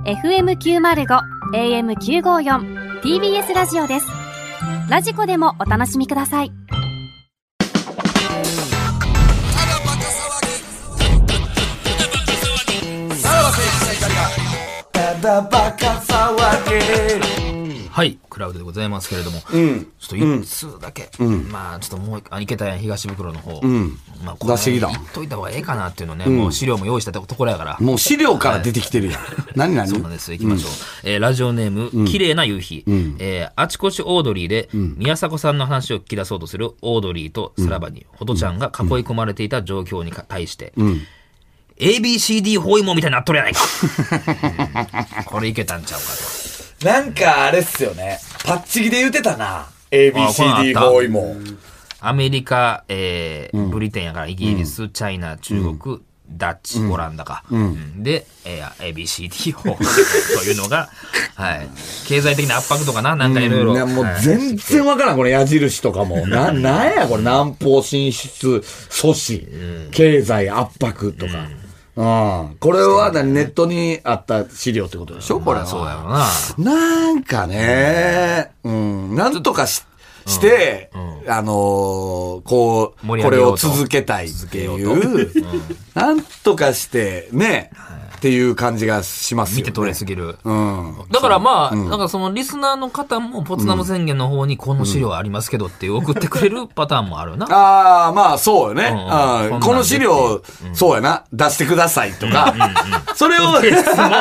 FM905 AM954 TBS ラジオです。ラジコでもお楽しみください。 はい、クラウドでございますけれども、ちょっと一通だけ、まあちょっともう池田や東袋の方、まあこれ言っといた方がええかなっていうのね、もう資料も用意したところやから。 もう資料から出てきてるやん。何そうなんです。行きましょう。ラジオネーム、綺麗な夕日。あちこちオードリーで、宮迫さんの話を聞き出そうとするオードリーとさらばに、ホトちゃんが囲い込まれていた状況に対して、ABCD 包囲網みたいになっとるやないか。これいけたんちゃうかと。 なんかあれっすよね。パッチギで言ってたな。ABCD 包囲網。 アメリカ、ブリテンやからイギリス、チャイナ、中国、ダッチ、オランダか。で、ABCD 包囲網というのが、はい。経済的な圧迫とかな、なんかいろいろ。 もう全然わからん、これ矢印とかも。なんやこれ、南方進出阻止、経済圧迫とか。これはネットにあった資料ってことでしょこれは。 そうやろな。 なんかね、なんとかして、これを続けたいっていう、なんとかしてね、っていう感じがしますよね。 見て取れすぎる。だからまあ、なんかそのリスナーの方もポツダム宣言の方にこの資料ありますけどって送ってくれるパターンもあるな。 ああ、まあそうよね。この資料、そうやな、出してくださいとか、それを、これ、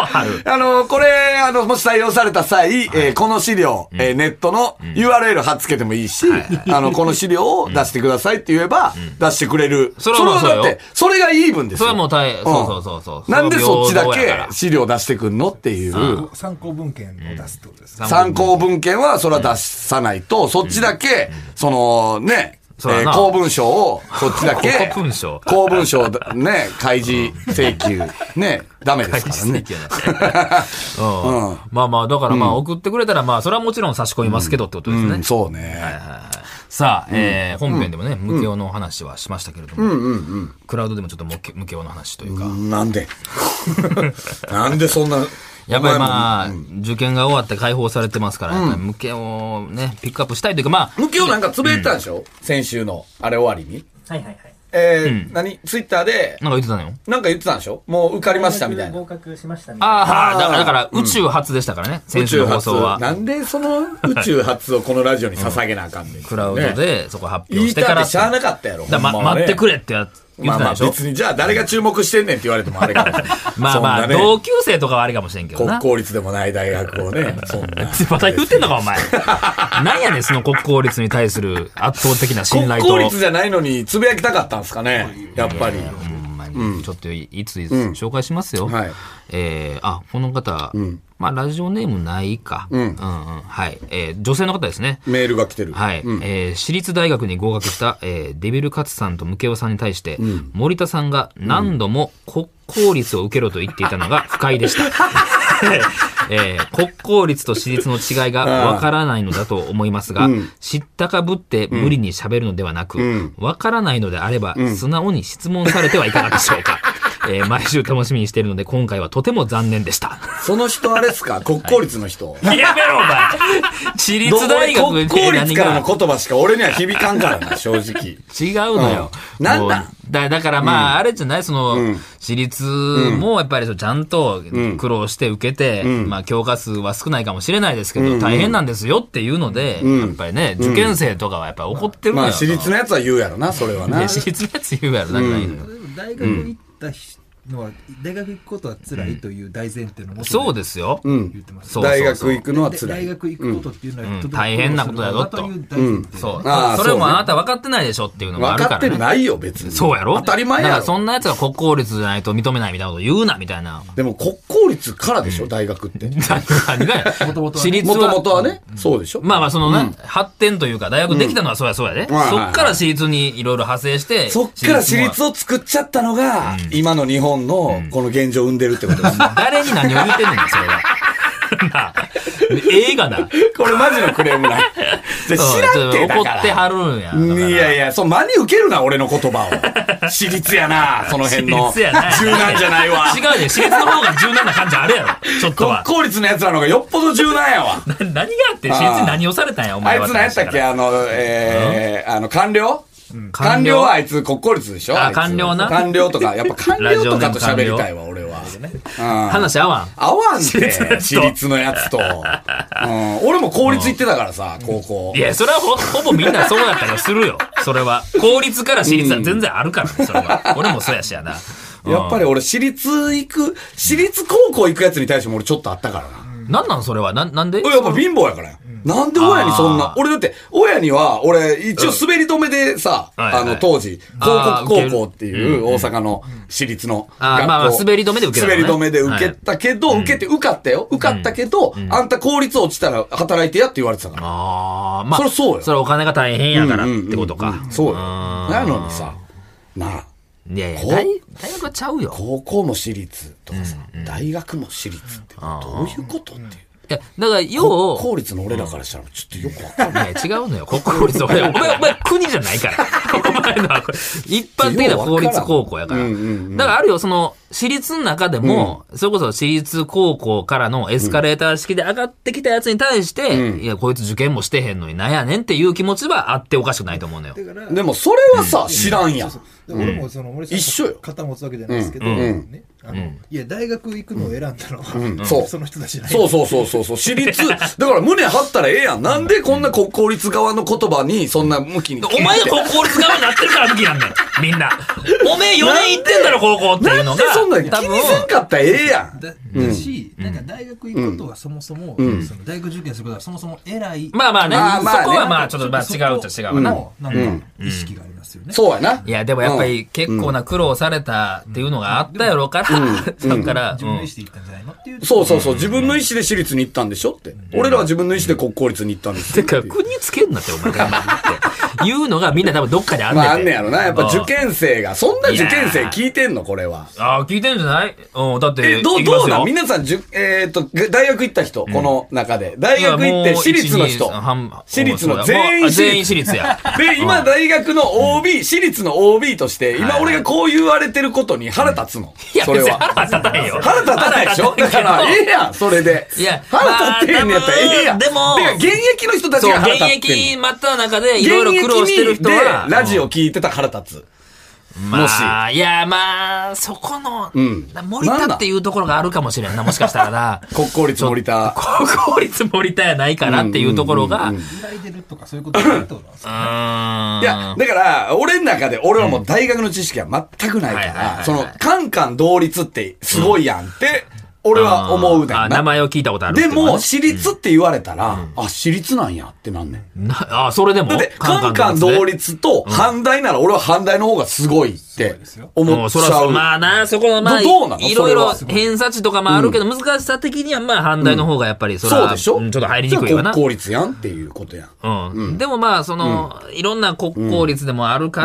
もし採用された際、この資料、ネットの URL 貼っつけてもいいし、この資料を出してくださいって言えば、出してくれる。それはだって、それがイーブンですよ。 それはもうそう。 なんでそっちだけ資料出してくんのっていう。 参考文献を出すってことですか。 参考文献はそれは出さないと、そっちだけ、そのね、公文書を、そっちだけ、公文書ね、開示請求、ね、ダメですからね。 まあまあ、だからまあ送ってくれたらまあ、それはもちろん差し込みますけどってことですね。 そうね。 さあ、本編でもね、ムケオの話はしましたけれども、クラウドでもちょっとムケオの話というか。 なんでなんでそんな。 やっぱりまあ、受験が終わって解放されてますから、やっぱりムケオをね、ピックアップしたいというか、まあ。 ムケオなんかつぶやいてたんでしょ先週の、あれ終わりに。 はいはいはい。 ツイッターで。 なんか言ってたのよ。 なんか言ってたんでしょもう受かりましたみたいな。 合格しましたみたいな。 だから宇宙初でしたからね、先週の放送は。 なんでその宇宙初をこのラジオに捧げなあかんねん。 クラウドでそこ発表してから。 言いたってしゃあなかったやろ。 待ってくれってまあまあ別にじゃあ誰が注目してんねんって言われてもあれかもしれない。 まあまあ同級生とかはあれかもしれんけどな。 国公立でもない大学をね、そんな。 また言ってんのかお前。何やねんその国公立に対する圧倒的な信頼と。 国公立じゃないのにつぶやきたかったんですかね、やっぱり。 ちょっといつ紹介しますよ。はい。この方、まあラジオネームないか。はい。女性の方ですね。 メールが来てる。 はい。私立大学に合格したデビルカツさんとムケオさんに対して、森田さんが何度も国公立を受けろと言っていたのが不快でした。国公立と私立の違いがわからないのだと思いますが、知ったかぶって無理に喋るのではなく、わからないのであれば素直に質問されてはいかがでしょうか。毎週楽しみにしているので今回はとても残念でした。 その人あれですか国公立の人。 やめろお前。私立大学国公立からの言葉しか俺には響かんからな、正直。 違うのよ。 なんだだからまあ、あれじゃない、私立もやっぱりちゃんと苦労して受けて、まあ教科数は少ないかもしれないですけど、大変なんですよっていうので、やっぱりね、受験生とかはやっぱり怒ってるのよ。 まあ私立のやつは言うやろな、それはな。 私立のやつ言うやろな、 大学行ったのは大学行くことは辛いという大前提のもとでそうですよ。 言ってます。 大学行くのは辛い。 大学行くことっていうのは大変なことだよと。そう。それもあなた分かってないでしょっていうのがあるから。 分かってないよ別に。 そうやろ。 当たり前やろ。 だからそんなやつが国公立じゃないと認めないみたいなこと言うなみたいな。 でも国公立からでしょ大学って。 何がや。私立は。 もともとはね。そうでしょ。 まあまあそのね発展というか大学できたのはそうやで。そっから私立にいろいろ派生して。 そっから私立を作っちゃったのが今の日本のこの現状を生んでるってことです。 誰に何を言ってんねんそれは。映画だ。 これマジのクレームだ。知らんてだから。 怒ってはるんや。 いやいや、真に受けるな、俺の言葉を。私立やな、その辺の。 私立やな。 柔軟じゃないわ。 違うね、私立の方が柔軟な感じあるやろ。ちちょっとは。 国公立のやつらの方がよっぽど柔軟やわ。 何があって、私立に何をされたんや、お前は。 あいつ何やったっけ官僚官僚はあいつ国公立でしょ。 官僚な。 官僚とか、やっぱ官僚とかと喋りたいわ、俺は。 話合わん。 合わんって、私立のやつと。俺も公立行ってたからさ、高校。 いや、それはほぼみんなそうだったりするよ。それは。公立から私立は全然あるからね、それは。俺もそうやしやな。 やっぱり俺、私立高校行くやつに対しても俺ちょっとあったからな。 なんそれはなんでやっぱ貧乏やからや。なんで親にそんな、俺だって、親には、俺、一応滑り止めでさ、当時、広告高校っていう大阪の私立の学校。 まあ、滑り止めで受けた。 滑り止めで受けたけど、受かったよ。受かったけど、あんた公立落ちたら働いてやって言われてたから。 まあ、 それそうよ。 それお金が大変やからってことか。 そうよ。なのにさ、 いやいや、大学はちゃうよ。 高校も私立とかさ、大学も私立って、どういうことっていう。 いや、だから、要公立の俺らからしたら、ちょっとよくわかんない。 いや、違うのよ。国公立の俺。お前、国じゃないから。お前のはこれ、一般的な公立高校やから。だからあるよ、私立の中でも、それこそ私立高校からのエスカレーター式で上がってきたやつに対して、いや、こいつ受験もしてへんのになんやねんっていう気持ちはあっておかしくないと思うのよ。 でも、それはさ、知らんやん。 俺も俺一緒よ。 肩持つわけじゃないですけど、いや、大学行くのを選んだのは、その人たちじゃない。 そう。私立、だから胸張ったらええやん。なんでこんな国公立側の言葉にそんな向きに。 お前が国公立側になってるから向きなんねん。みんな。おめえ4年行ってんだろ、高校っていうのが。 なんでそんな気にせんかったらええやん。 だし、なんか大学行くことがそもそも、大学受験することはそもそも偉い。 まあね、そこはまあちょっと違うっちゃ違うな。 なんか意識がありますよね。 そうやな。 いや、でもやっぱり結構な苦労されたっていうのがあったやろうから、だから。 自分の意思で行ったんじゃないのっていう。 そう。自分の意思で私立に行ったんでしょって。俺らは自分の意思で国公立に行ったんですよ。 だから国つけんなって、お前がって。いうのがみんな多分どっかであんねん。 まああんねやろな。やっぱ受験生が、そんな受験生聞いてんのこれは。 聞いてんじゃない？だって。 どうなん皆さん、大学行った人、この中で。大学行って私立の人。私立の全員私立や。 で、今大学の OB、私立の OB として、今俺がこう言われてることに腹立つの。それは。 腹立たないよ。 腹立たないでしょだから、ええやん、それで。 いや、 腹立ってへんのやったらええやん。 でも、 現役の人たちが腹立ってんの。 現役真った中でいろいろ苦労してる人は。 ラジオ聞いてた腹立つ。 まあ、いや、まあ、そこの、森田っていうところがあるかもしれんな、もしかしたらな。 国公立森田。 国公立森田やないかなっていうところが。 揺らいでるとかそういうことないってことなんですか？ いや、だから、俺の中で、俺はもう大学の知識は全くないから、カンカン同率ってすごいやんって、俺は思うねんな。 名前を聞いたことある。 でも、私立って言われたら、私立なんやってなんねん。 それでもカンカン同率と阪大なら俺は阪大の方がすごいって思っちゃう。 まあな、そこのまあ、 どうなのいろいろ偏差値とかもあるけど、難しさ的にはまあ阪大の方がやっぱりそれは、ちょっと入りにくいわな。 国公立やんっていうことやん。 でもまあ、いろんな国公立でもあるから、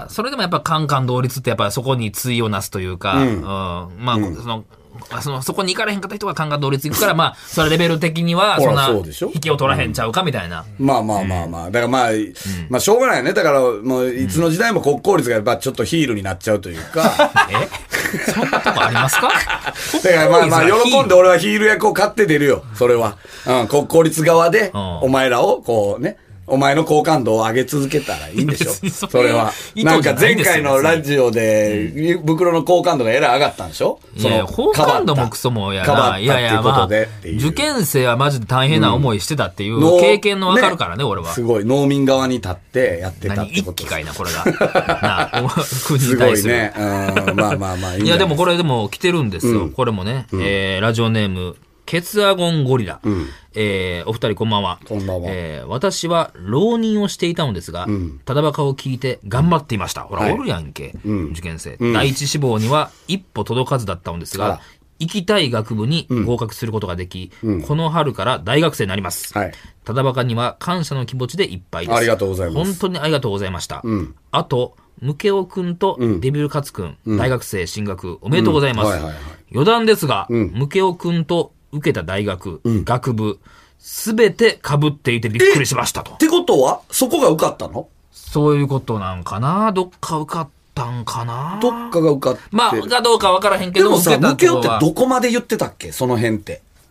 それでもやっぱカンカン同率ってやっぱそこに対をなすというか、まあ、そこに行かれへんかった人がカンカン同率行くから、まあ、それレベル的には、そんな、引きを取らへんちゃうかみたいな。 まあ。だからまあ、しょうがないよね。だから、もう、いつの時代も国公立がやっぱちょっとヒールになっちゃうというか。 そんなとこありますか？ だからまあ、喜んで俺はヒール役を買って出るよ。それは。国公立側で、お前らを、こうね。お前の好感度を上げ続けたらいいんでしょそれは。なんか前回のラジオで、袋の好感度がえらい上がったんでしょいや、好感度もクソもやな。いやいや、まあ、受験生はマジで大変な思いしてたっていう経験のわかるからね、俺は。 すごい、農民側に立ってやってたってこと。 一気かいな、これが。国に対する。 すごいね。まあ。 いや、でもこれでも来てるんですよ。これもね、ラジオネーム、ケツアゴンゴリラ。お二人こんばんは。 こんばんは。 私は浪人をしていたのですが、ただバカを聞いて頑張っていました。ほら、おるやんけ、受験生。第一志望には一歩届かずだったのですが、行きたい学部に合格することができ、この春から大学生になります。ただバカには感謝の気持ちでいっぱいです。 ありがとうございます。 本当にありがとうございました。あと、ムケオくんとデビルカツくん、大学生進学おめでとうございます。余談ですが、ムケオくんと受けた大学、学部、すべて被っていてびっくりしましたと。 ってことは、そこが受かったの？ そういうことなんかな？どっか受かったんかな？ どっかが受かって。 まあ、かどうか分からへんけど、 でもさ、ムケオってどこまで言ってたっけその辺って。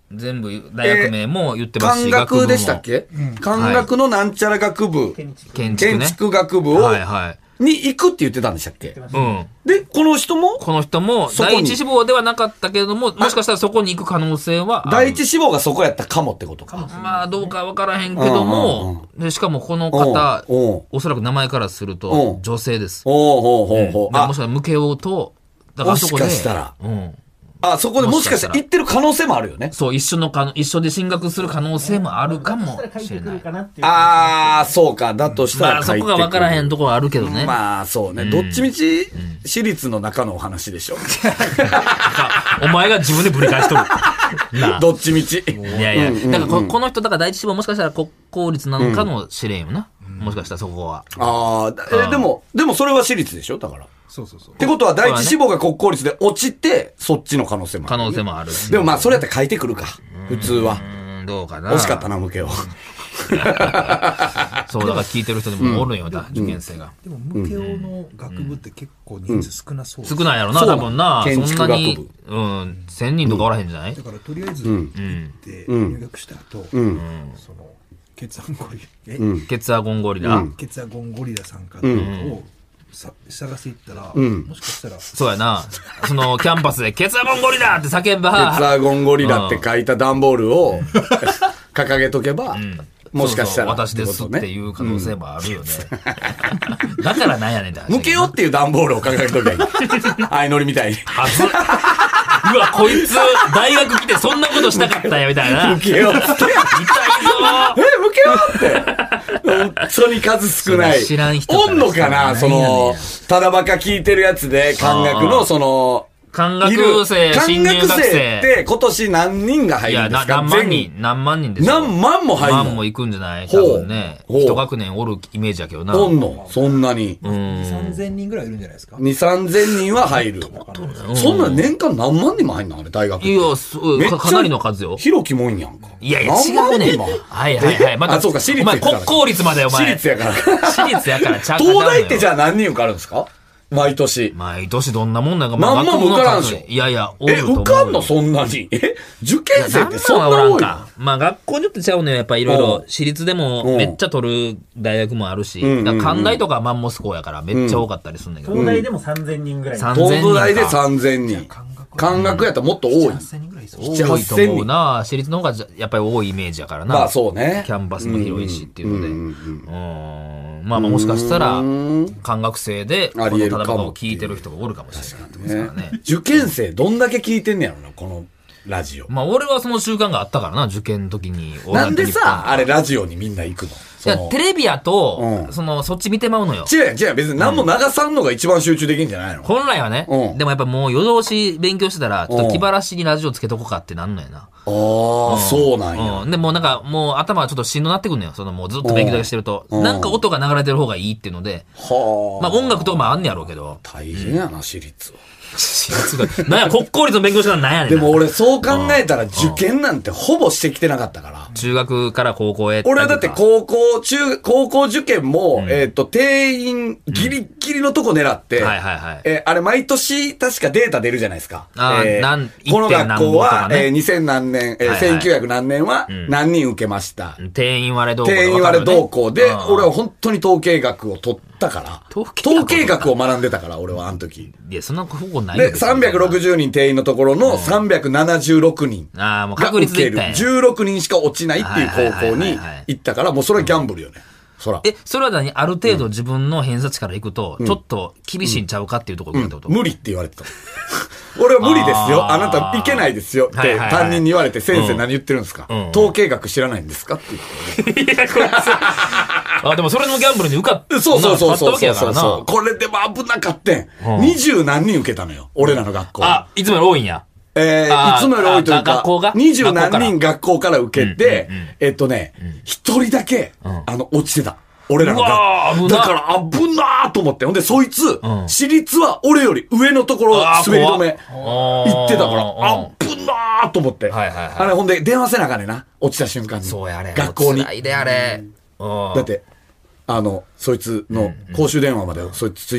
全部大学名も言ってますし、 漢学でしたっけ？漢学のなんちゃら学部、 建築ね。 建築学部を、 はいはい。 に行くって言ってたんでしたっけ？ うん。 で、この人も第一志望ではなかったけれども、もしかしたらそこに行く可能性はある。 第一志望がそこやったかもってことか。 まあ、どうかわからへんけども、でしかもこの方、おそらく名前からすると、女性です。もしかしたら向けようと、 だからそこで。もしかしたら。そこでもしかしたら行ってる可能性もあるよね。 そう、一緒で進学する可能性もあるかもしれない。 そうか。だとしたらまあ、そこが分からへんところあるけどね。 まあ、そうね。どっちみち、私立の中のお話でしょ。 お前が自分でぶり返しとる。 どっちみち。 いやいや。だからこの人、だから第一志望もしかしたら国公立なのかもしれんよな。もしかしたらそこは。 でもそれは私立でしょだから。 そう。 ってことは、第一志望が国公立で落ちて、そっちの可能性もある。 可能性もある。 でもまあ、それやったら書いてくるか。普通は。 どうかな。 惜しかったな、向けを。 そう、だから聞いてる人でもおるんよ、受験生が。 でも、向けの学部って結構人数少なそう。 少ないやろな、多分な。そんなに、1000人とかおらへんじゃない？ だから、とりあえず、行って入学した後、その、ケツアゴンゴリラさんかを、探していったら、もしかしたらそうやな、そのキャンパスでケツアゴンゴリラって叫べば、 ケツアゴンゴリラって書いた段ボールを掲げとけば、もしかしたら私ですっていう可能性もあるよね。だからなんやねんって話。 向けよっていう段ボールを掲げとけばいい。相乗りみたいに。 うわ、こいつ、大学来てそんなことしたかったよ、みたいな。 向けよって。痛いぞ向けよって。本当に数少ない。 知らん人おんのかなその、ただバカ聞いてるやつで、漢学のその、 漢学生、新入学生って今年何人が入るんですか？ 何万人ですよ。 何万も入るの？ 何万も行くんじゃない？多分ね。一学年おるイメージやけどな。 おんの？そんなに。 2、3000人ぐらいいるんじゃないですか ？2、3000人は入る。そんな年間何万人も入んのあれ、大学。 いや、かなりの数よ。 広きもんやんか。 いや、違うね。はい。また、そうか、私立やから。お前、国公立までお前。 私立やから。 私立やからちゃう。 東大ってじゃあ何人受かるんですか？毎年どんなもんなんか、 何万も受からんでしょ？ いや、 受かんのそんなに？受験生ってそんな多いの？ まあ学校によってちゃうのよ。やっぱいろいろ、私立でもめっちゃ取る大学もあるし、関大とかマンモス校やからめっちゃ多かったりするんだけど。 東大でも3000人ぐらい。 東大で3000人。漢学やったらもっと多い。 多いと思うな。私立の方がやっぱり多いイメージやからな。 まあそうね。 キャンパスも広いしっていうので。まあもしかしたら、漢学生で、このただバカを聞いてる人がおるかもしれないですからね。 受験生どんだけ聞いてんねやろな、このラジオ。 まあ俺はその習慣があったからな、受験の時に。 なんでさ、あれラジオにみんな行くの？ いや、テレビやと、そっち見てまうのよ。 違う、別に何も流さんのが一番集中できんじゃないの？ 本来はね。でもやっぱもう夜通し勉強してたら、ちょっと気晴らしにラジオつけとこうかってなんのやな。 そうなんや。 でもなんかもう頭がちょっとしんどなってくんのよ。もうずっと勉強だけしてると。なんか音が流れてる方がいいっていうので。まあ音楽とかもあんねやろうけど。 大変やな、私立は。 私立が。なんや、国公立の勉強したらなんやねん。 でも俺そう考えたら受験なんてほぼしてきてなかったから。 中学から高校へ。 俺はだって高校受験も、定員ギリギリのとこ狙って、あれ毎年確かデータ出るじゃないですか。この学校は、2000何年、1900何年は何人受けました。 定員割れどうこうで、俺は本当に統計学を取ったから、統計学を学んでたから、俺はあの時。 いや、そんな方法ないで、360人定員のところの376人が受ける。16人しか落ちないっていう高校に行ったから、もうそれはギャンブルよね。それは何？ある程度自分の偏差値からいくと、ちょっと厳しいんちゃうかっていうところってこと？ 無理って言われてた。俺は無理ですよ。あなたいけないですよって担任に言われて、先生何言ってるんですか？統計学知らないんですかって言って。いや、こいつ。でもそれのギャンブルに受かった。 そう。これでも危なかったん。20何人受けたのよ。俺らの学校。 いつもより多いんや。 いつもより多いというか、20何人学校から受けて、一人だけ、落ちてた。俺らの学校。だから危なーと思って。ほんで、そいつ、私立は俺より上のところ滑り止め行ってたから、危なーと思って。あれ、ほんで、電話せなあかんねんな。落ちた瞬間に。 そうやれ。 学校に。 辛いであれ。 だって、そいつの公衆電話まで、そいつついて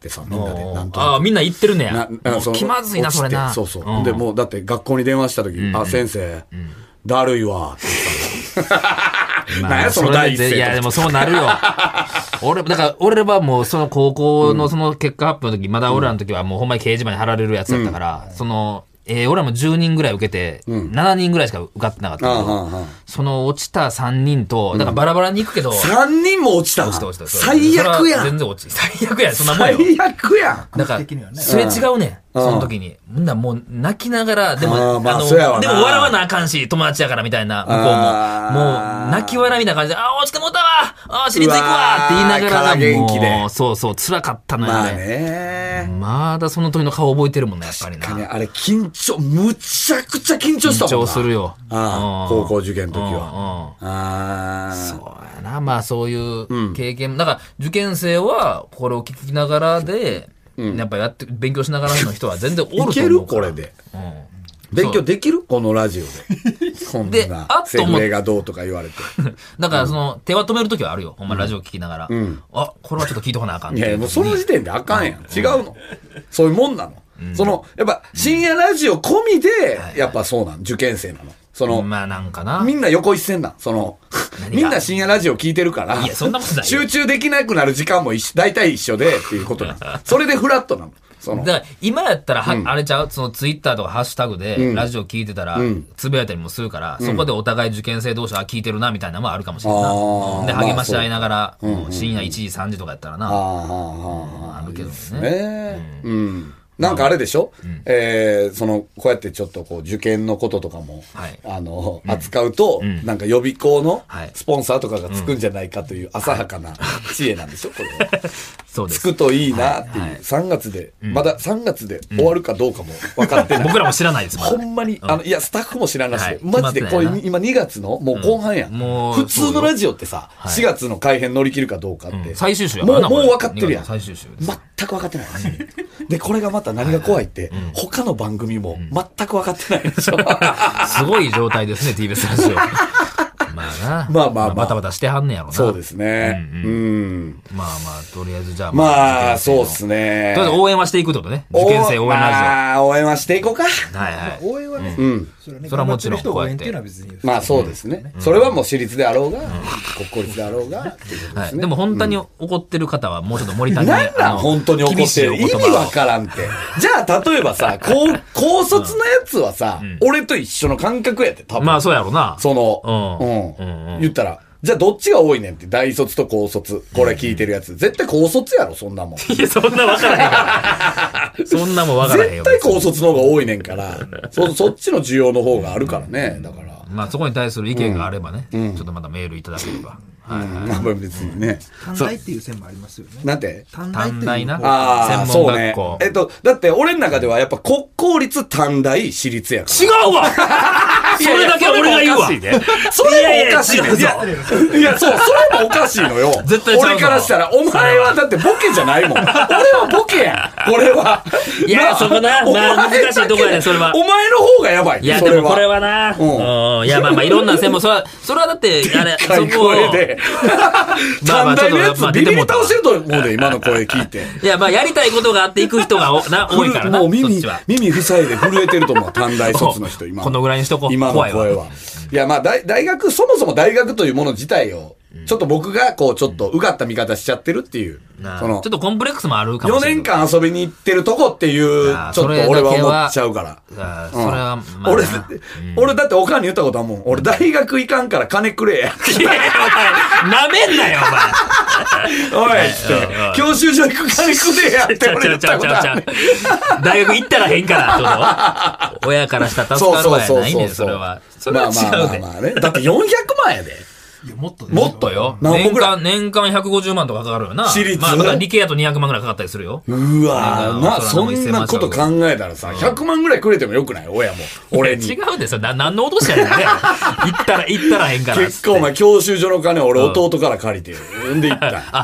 ってさ、みんなで。 ああ、みんな言ってるねや。気まずいな、それな。 そうそう。で、もう、だって学校に電話した時、先生、だるいわ、って言ったの。何や、その第一声。 いや、でもそうなるよ。だから、俺はもう、その高校のその結果発表の時、まだ俺らの時はもうほんまに掲示板に貼られるやつだったから、俺らも10人ぐらい受けて、7人ぐらいしか受かってなかったけど、その落ちた3人と、だからバラバラに行くけど、 3人も落ちた。 落ちた。 最悪やん。 全然落ち。最悪やん、そんなもんよ。 最悪やん。 だから、すれ違うねん。その時に。みんなもう泣きながら、でも、でも笑わなあかんし、友達やからみたいな、向こうも。もう、泣き笑いみたいな感じで、落ちてもうたわ私立行くわって言いながら、 元気で。 そう、辛かったのよね。まだその時の顔覚えてるもんね、やっぱりな。 確かに、あれ緊張、むちゃくちゃ緊張したもんな。 緊張するよ。 高校受験の時は。 そうやな。まあそういう経験。だから、受験生は、これを聞きながらで、やっぱ勉強しながらの人は全然おると思うから。 いけるこれで。勉強できるこのラジオで。そんな、洗礼がどうとか言われて。 だから手は止めるときはあるよ。ほんまラジオ聞きながら。これはちょっと聞いとかなあかん。 いや、もうその時点であかんやん。違うの。そういうもんなの。やっぱ深夜ラジオ込みで、やっぱそうなん、受験生なの。 まあなんかな。 みんな横一線なん。みんな深夜ラジオ聞いてるから、 いや、そんなことない。 集中できなくなる時間も大体一緒でっていうことなの。それでフラットなの。 だから今やったらあれちゃう、ツイッターとかハッシュタグでラジオ聞いてたら、つぶやいたりもするから、そこでお互い受験生同士は聞いてるなみたいなのもあるかもしれないな。で、励まし合いながら、深夜1時、3時とかやったらな。あるけどね。 なんかあれでしょ、こうやってちょっと受験のこととかも、扱うと、なんか予備校のスポンサーとかがつくんじゃないかという浅はかな知恵なんでしょこれは。 そうです。 つくといいなっていう。3月で、まだ3月で終わるかどうかも分かってない。 僕らも知らないですもん。 ほんまに、いや、スタッフも知らなしで、マジでこれ今2月のもう後半やん。普通のラジオってさ、4月の改編乗り切るかどうかって。 最終週やからな。 もう分かってるやん。 最終週。 全く分かってない。で、これがまた何が怖いって、他の番組も全く分かってないでしょ。 すごい状態ですね、TBS ラジオ。まあバタバタしてはんねやろな。 そうですね。 まあ、とりあえずじゃあ。 まあ、そうですね。 とりあえず応援はしていくってことね。受験生応援ラジオ。応援はしていこうか。 応援はね。 それはもちろん。 応援っていうのは別に。 まあそうですね。それはもう私立であろうが、国公立であろうが、っていうことですね。 でも本当に怒ってる方はもうちょっと森田に。 なんなん本当に怒ってる。意味わからんって。じゃあ、例えばさ、高卒のやつはさ、俺と一緒の感覚やって、多分。 まあそうやろな。 言ったら、じゃあどっちが多いねんって、大卒と高卒。これ聞いてるやつ。絶対高卒やろ、そんなもん。 いや、そんなわからへんから。そんなもんわからへんよ。 絶対高卒の方が多いねんから、そっちの需要の方があるからね、だから。 まあそこに対する意見があればね、ちょっとまたメールいただければ。 別にね。 短大っていう線もありますよね。 なんて短大な。 専門学校。だって俺の中ではやっぱ国公立短大私立やから。 違うわそれだけ俺が言うわ。 それもおかしいね。いや、それもおかしいのよ。 絶対俺からしたら、お前はだってボケじゃないもん。俺はボケやん。俺は。 いや、そこな。まあ難しいとこやね、それは。 お前の方がやばい。 いや、でもこれはな。いや、まあいろんな専門、それはだって、あれ、そこで。短大のやつビビり倒してると思うで、今の声聞いて。 いや、まあやりたいことがあって行く人が多いからな。 もう耳塞いで震えてると思う。短大卒の人、今。 このぐらいにしとこう。 今の声は。いや、まあ大学、そもそも大学というもの自体を、ちょっと僕がちょっとうがった見方しちゃってるっていう。 ちょっとコンプレックスもあるかもしれない。 4年間遊びに行ってるとこっていう、ちょっと俺は思っちゃうから。 それは、まあ。 俺だっておかんに言ったことはもん。俺大学行かんから金くれや。 なめんなよ、お前。 おいって、教習所行く金くれやって俺言ったことある。 大学行ったらへんからってこと親からしたら助かるわやないねん、それは。それは違うで。 まあね。だって400万やで。 もっとよ。年間150万とかかかるよな。 私立。 まあ、理系やと200万ぐらいかかったりするよ。 うわそんなこと考えたらさ、100万ぐらいくれてもよくない親も。俺に。 違うでさ、何の落としやねんね。行ったらへんから。 結構お前、教習所の金俺弟から借りて。んで行った。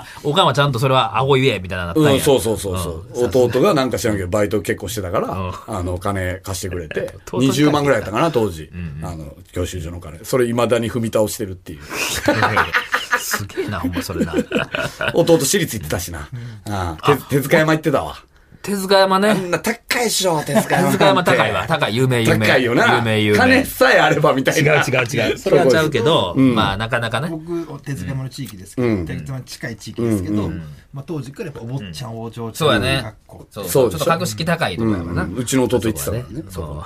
おかんはちゃんとそれはアホ言え、みたいななったんや。 そう。弟がなんか知らんけど、バイト結構してたから、金貸してくれて。20万ぐらいやったかな、当時。教習所の金。それ未だに踏み倒してるっていう。 すげえな、ほんまそれな。 弟私立行ってたしな。手塚山行ってたわ。 手塚山ね。 あんな高いっしょ、手塚山。 手塚山高いわ。高い、有名。 高いよな。金さえあればみたいな。 違う。それはちゃうけど、まあなかなかね。 僕、手塚山の地域ですけど、手塚山近い地域ですけど、まあ当時からやっぱお坊ちゃん王朝そうやね。そう。ちょっと格式高いとこやな。 うちの弟言ってたからね。そう。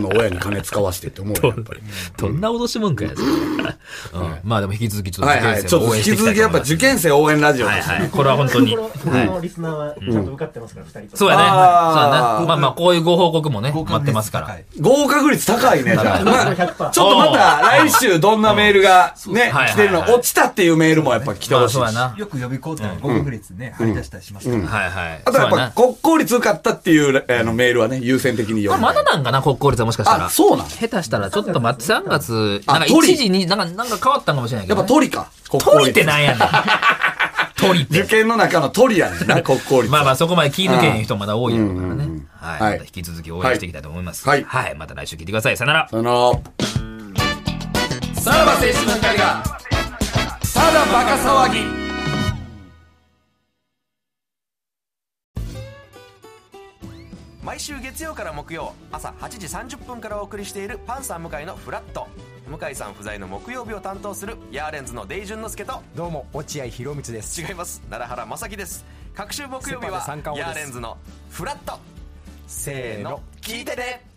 親に金使わしてって思う。やっぱり。 どんな脅し文句やつ。まあでも引き続きちょっと受験生応援していきたいと思います。引き続きやっぱ受験生応援ラジオですね。 これは本当に。 僕のリスナーはちゃんと受かってますから、2人と。 そうやね。まあこういうご報告もね、待ってますから。 合格率高いね、じゃあ。ちょっとまた来週どんなメールがね、来てるの、落ちたっていうメールもやっぱ来てほしい。 よく予備校って合格率ね、張り出したりしますから。 あとやっぱ国公立受かったっていうメールはね、優先的に読む。 まだなんかな、国公立はもしかしたら。 そうなん下手したらちょっと待って、3月、なんか一時になんか変わったかもしれないけど。 やっぱ鳥か。 鳥ってなんやねん。鳥って。 受験の中の鳥やねんな、国公立。 まあそこまで気抜けへん人まだ多いやろうからね。はい。また引き続き応援していきたいと思います。はい。また来週聞いてください。さよなら。 さよなら。さらば青春の光が、ただバカ騒ぎ。 毎週月曜から木曜朝8時30分からお送りしているパンサー向井のフラット。向井さん不在の木曜日を担当するヤーレンズのデイジュンの之介と、 どうも落合博満です。 違います、奈良原正樹です。各週木曜日はヤーレンズのフラット。せーの、聞いてね。